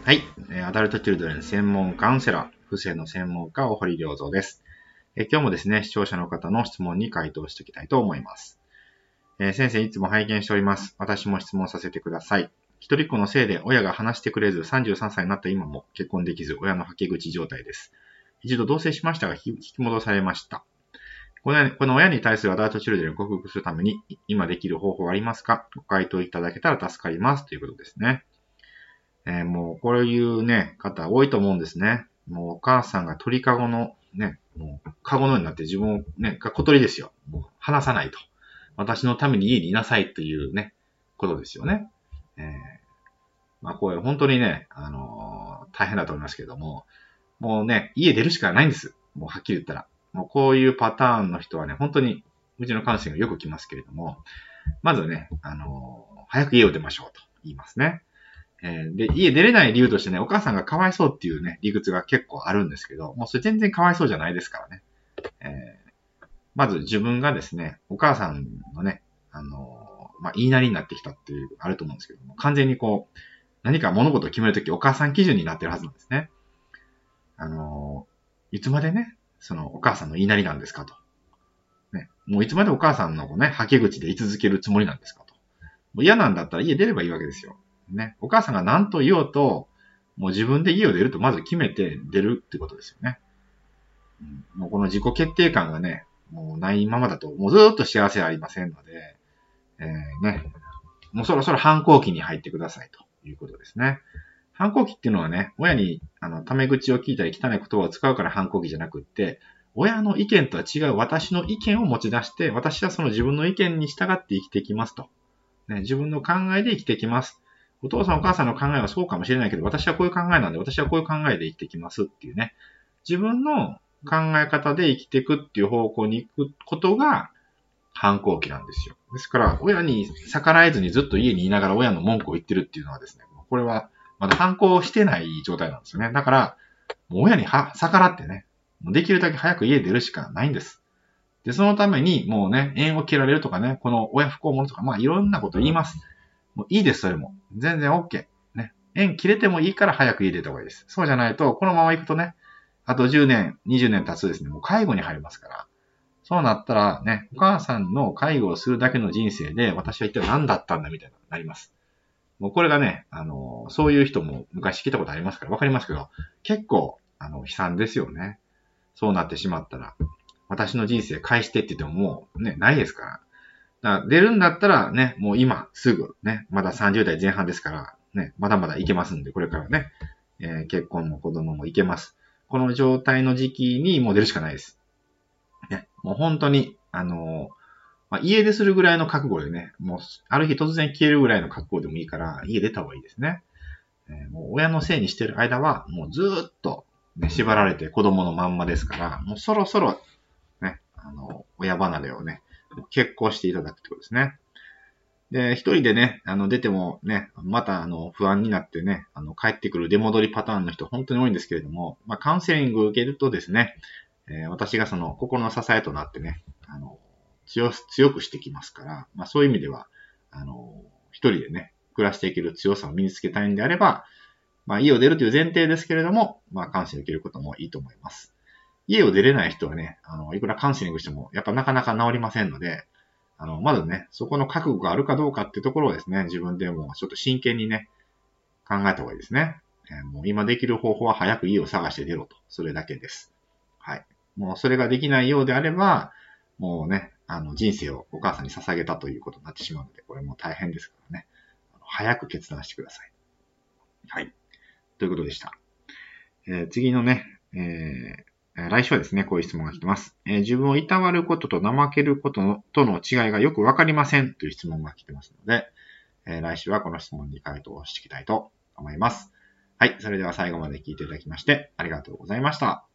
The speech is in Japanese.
はい。アダルトチルドレン専門カウンセラー、不正の専門家、大堀良三です。今日もですね、視聴者の方の質問に回答していきたいと思います。先生、いつも拝見しております。私も質問させてください。一人っ子のせいで親が話してくれず、33歳になった今も結婚できず、親のはけ口状態です。一度同棲しましたが、引き戻されました。この親に対するアダルトチルドレンを克服するために、今できる方法はありますか？ご回答いただけたら助かります。ということですね。もうこういうね、方多いと思うんですね。もうお母さんが鳥かごのね、もうかごのようになって自分をね、小鳥ですよ。もう離さないと。私のために家にいなさいというね、ことですよね。まあこれ本当にね、大変だと思いますけども、もうね、家出るしかないんです。もうはっきり言ったら。もうこういうパターンの人はね、本当にうちのカウンセリングよく来ますけれども、まずね、早く家を出ましょうと言いますね。で、家出れない理由としてね、お母さんがかわいそうっていうね、理屈が結構あるんですけど、もうそれ全然かわいそうじゃないですからね。まず自分がですね、お母さんのね、言いなりになってきたっていう、あると思うんですけども、完全にこう、何か物事を決めるときお母さん基準になってるはずなんですね。いつまでね、そのお母さんの言いなりなんですかと。ね、もういつまでお母さんのね、はけ口で居続けるつもりなんですかと。もう嫌なんだったら家出ればいいわけですよ。ね。お母さんが何と言おうと、もう自分で家を出るとまず決めて出るってことですよね。もうこの自己決定感がね、もうないままだと、もうずっと幸せはありませんので、ね、もうそろそろ反抗期に入ってくださいということですね。反抗期っていうのはね、親にタメ口を聞いたり汚い言葉を使うから反抗期じゃなくって、親の意見とは違う私の意見を持ち出して、私はその自分の意見に従って生きていきますと。ね、自分の考えで生きていきます。お父さんお母さんの考えはそうかもしれないけど、私はこういう考えなんで、私はこういう考えで生きていきますっていうね。自分の考え方で生きていくっていう方向に行くことが反抗期なんですよ。ですから、親に逆らえずにずっと家にいながら親の文句を言ってるっていうのはですね、これはまだ反抗してない状態なんですよね。だから、もう親に逆らってね、できるだけ早く家出るしかないんです。で、そのために、もうね、縁を切られるとかね、この親不孝者とか、まあいろんなこと言います。もういいです、それも。全然 OK。ね。縁切れてもいいから早く家出た方がいいです。そうじゃないと、このまま行くとね、あと10年、20年経つとですね、もう介護に入りますから。そうなったらね、お母さんの介護をするだけの人生で、私は一体何だったんだみたいになります。もうこれがね、そういう人も昔聞いたことありますからわかりますけど、結構、悲惨ですよね。そうなってしまったら。私の人生返してって言ってももうね、ないですから。だから出るんだったらね、もう今すぐね、まだ30代前半ですから、ね、まだまだいけますんで、これからね、結婚も子供もいけます。この状態の時期にもう出るしかないです。ね、もう本当に、家出するぐらいの覚悟でね、もう、ある日突然消えるぐらいの覚悟でもいいから、家出た方がいいですね。もう親のせいにしてる間は、もうずーっと、ね、縛られて子供のまんまですから、もうそろそろ、ね、親離れをね、結婚していただくってことですね。で、一人でね、出てもね、また、不安になってね、帰ってくる出戻りパターンの人、本当に多いんですけれども、まあ、カウンセリングを受けるとですね、私がその、心の支えとなってね、強くしてきますから、まあ、そういう意味では、一人でね、暮らしていける強さを身につけたいんであれば、まあ、家を出るという前提ですけれども、まあ、カウンセリングを受けることもいいと思います。家を出れない人はね、いくらカウンセリングしても、やっぱなかなか治りませんので、まずね、そこの覚悟があるかどうかっていうところをですね、自分でもちょっと真剣にね、考えた方がいいですね。もう今できる方法は早く家を探して出ろと。それだけです。はい。もうそれができないようであれば、もうね、人生をお母さんに捧げたということになってしまうので、これも大変ですからね。早く決断してください。はい。ということでした。次のね、来週はですね、こういう質問が来てます。自分をいたわることと怠けることとの違いがよくわかりませんという質問が来てますので、来週はこの質問に回答していきたいと思います。はい。それでは最後まで聞いていただきましてありがとうございました。